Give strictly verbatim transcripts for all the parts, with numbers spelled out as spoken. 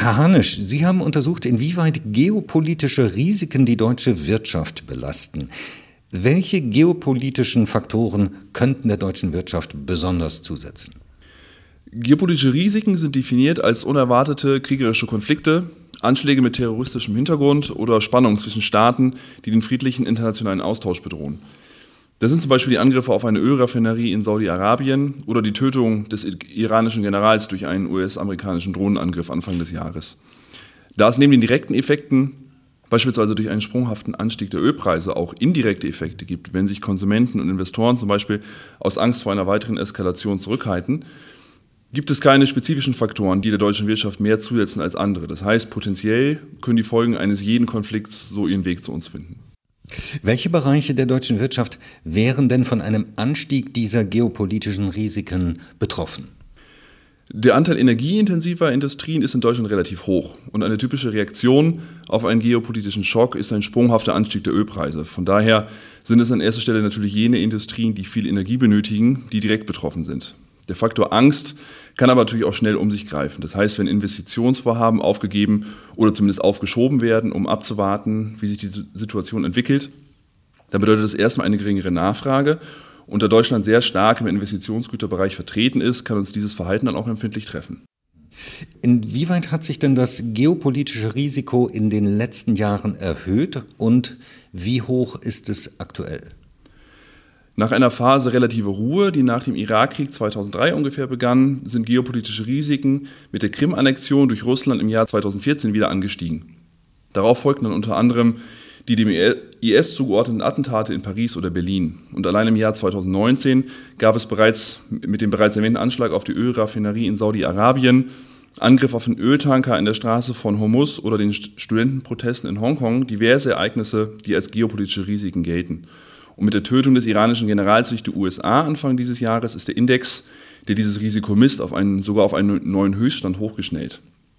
Herr Hanisch, Sie haben untersucht, inwieweit geopolitische Risiken die deutsche Wirtschaft belasten. Welche geopolitischen Faktoren könnten der deutschen Wirtschaft besonders zusetzen? Geopolitische Risiken sind definiert als unerwartete kriegerische Konflikte, Anschläge mit terroristischem Hintergrund oder Spannungen zwischen Staaten, die den friedlichen internationalen Austausch bedrohen. Das sind zum Beispiel die Angriffe auf eine Ölraffinerie in Saudi-Arabien oder die Tötung des iranischen Generals durch einen U S-amerikanischen Drohnenangriff Anfang des Jahres. Da es neben den direkten Effekten, beispielsweise durch einen sprunghaften Anstieg der Ölpreise, auch indirekte Effekte gibt, wenn sich Konsumenten und Investoren zum Beispiel aus Angst vor einer weiteren Eskalation zurückhalten, gibt es keine spezifischen Faktoren, die der deutschen Wirtschaft mehr zusetzen als andere. Das heißt, potenziell können die Folgen eines jeden Konflikts so ihren Weg zu uns finden. Welche Bereiche der deutschen Wirtschaft wären denn von einem Anstieg dieser geopolitischen Risiken betroffen? Der Anteil energieintensiver Industrien ist in Deutschland relativ hoch und eine typische Reaktion auf einen geopolitischen Schock ist ein sprunghafter Anstieg der Ölpreise. Von daher sind es an erster Stelle natürlich jene Industrien, die viel Energie benötigen, die direkt betroffen sind. Der Faktor Angst kann aber natürlich auch schnell um sich greifen. Das heißt, wenn Investitionsvorhaben aufgegeben oder zumindest aufgeschoben werden, um abzuwarten, wie sich die Situation entwickelt, dann bedeutet das erstmal eine geringere Nachfrage. Und da Deutschland sehr stark im Investitionsgüterbereich vertreten ist, kann uns dieses Verhalten dann auch empfindlich treffen. Inwieweit hat sich denn das geopolitische Risiko in den letzten Jahren erhöht und wie hoch ist es aktuell? Nach einer Phase relativer Ruhe, die nach dem Irakkrieg zweitausenddrei ungefähr begann, sind geopolitische Risiken mit der Krim-Annexion durch Russland im Jahr zweitausendvierzehn wieder angestiegen. Darauf folgten dann unter anderem die dem I S zugeordneten Attentate in Paris oder Berlin. Und allein im Jahr zweitausendneunzehn gab es bereits mit dem bereits erwähnten Anschlag auf die Ölraffinerie in Saudi-Arabien, Angriff auf einen Öltanker in der Straße von Hormuz oder den Studentenprotesten in Hongkong diverse Ereignisse, die als geopolitische Risiken gelten. Und mit der Tötung des iranischen Generals durch die U S A Anfang dieses Jahres ist der Index, der dieses Risiko misst, auf einen, sogar auf einen neuen Höchststand hochgeschnellt.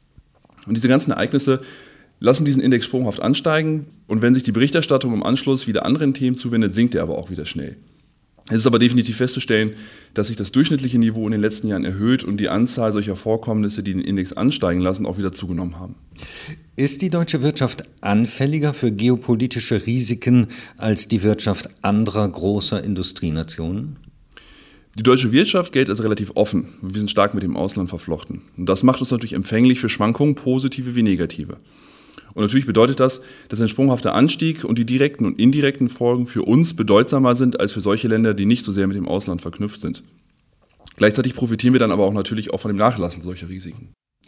Und diese ganzen Ereignisse lassen diesen Index sprunghaft ansteigen und wenn sich die Berichterstattung im Anschluss wieder anderen Themen zuwendet, sinkt er aber auch wieder schnell. Es ist aber definitiv festzustellen, dass sich das durchschnittliche Niveau in den letzten Jahren erhöht und die Anzahl solcher Vorkommnisse, die den Index ansteigen lassen, auch wieder zugenommen haben. Ist die deutsche Wirtschaft anfälliger für geopolitische Risiken als die Wirtschaft anderer großer Industrienationen? Die deutsche Wirtschaft gilt als relativ offen. Wir sind stark mit dem Ausland verflochten. Und das macht uns natürlich empfänglich für Schwankungen, positive wie negative. Und natürlich bedeutet das, dass ein sprunghafter Anstieg und die direkten und indirekten Folgen für uns bedeutsamer sind als für solche Länder, die nicht so sehr mit dem Ausland verknüpft sind. Gleichzeitig profitieren wir dann aber auch natürlich auch von dem Nachlassen solcher Risiken.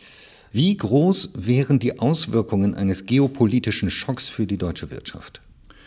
Wie groß wären die Auswirkungen eines geopolitischen Schocks für die deutsche Wirtschaft?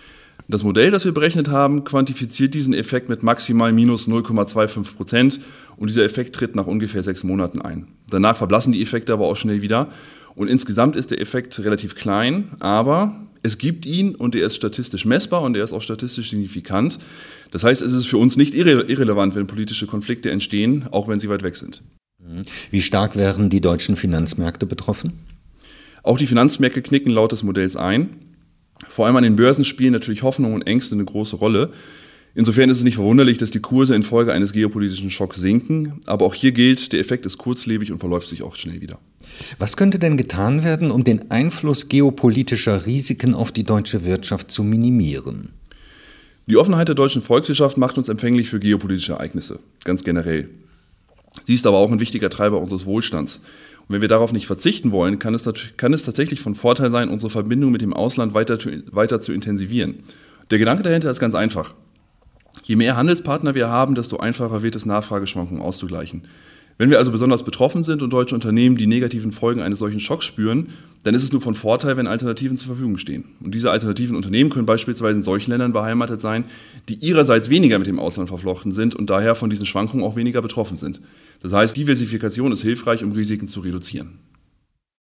Das Modell, das wir berechnet haben, quantifiziert diesen Effekt mit maximal minus null Komma fünfundzwanzig Prozent und dieser Effekt tritt nach ungefähr sechs Monaten ein. Danach verblassen die Effekte aber auch schnell wieder und insgesamt ist der Effekt relativ klein, aber es gibt ihn und er ist statistisch messbar und er ist auch statistisch signifikant. Das heißt, es ist für uns nicht irre- irrelevant, wenn politische Konflikte entstehen, auch wenn sie weit weg sind. Wie stark wären die deutschen Finanzmärkte betroffen? Auch die Finanzmärkte knicken laut des Modells ein. Vor allem an den Börsen spielen natürlich Hoffnung und Ängste eine große Rolle. Insofern ist es nicht verwunderlich, dass die Kurse infolge eines geopolitischen Schocks sinken. Aber auch hier gilt, der Effekt ist kurzlebig und verläuft sich auch schnell wieder. Was könnte denn getan werden, um den Einfluss geopolitischer Risiken auf die deutsche Wirtschaft zu minimieren? Die Offenheit der deutschen Volkswirtschaft macht uns empfänglich für geopolitische Ereignisse, ganz generell. Sie ist aber auch ein wichtiger Treiber unseres Wohlstands. Und wenn wir darauf nicht verzichten wollen, kann es, kann es tatsächlich von Vorteil sein, unsere Verbindung mit dem Ausland weiter, weiter zu intensivieren. Der Gedanke dahinter ist ganz einfach. Je mehr Handelspartner wir haben, desto einfacher wird es, Nachfrageschwankungen auszugleichen. Wenn wir also besonders betroffen sind und deutsche Unternehmen die negativen Folgen eines solchen Schocks spüren, dann ist es nur von Vorteil, wenn Alternativen zur Verfügung stehen. Und diese alternativen Unternehmen können beispielsweise in solchen Ländern beheimatet sein, die ihrerseits weniger mit dem Ausland verflochten sind und daher von diesen Schwankungen auch weniger betroffen sind. Das heißt, Diversifikation ist hilfreich, um Risiken zu reduzieren.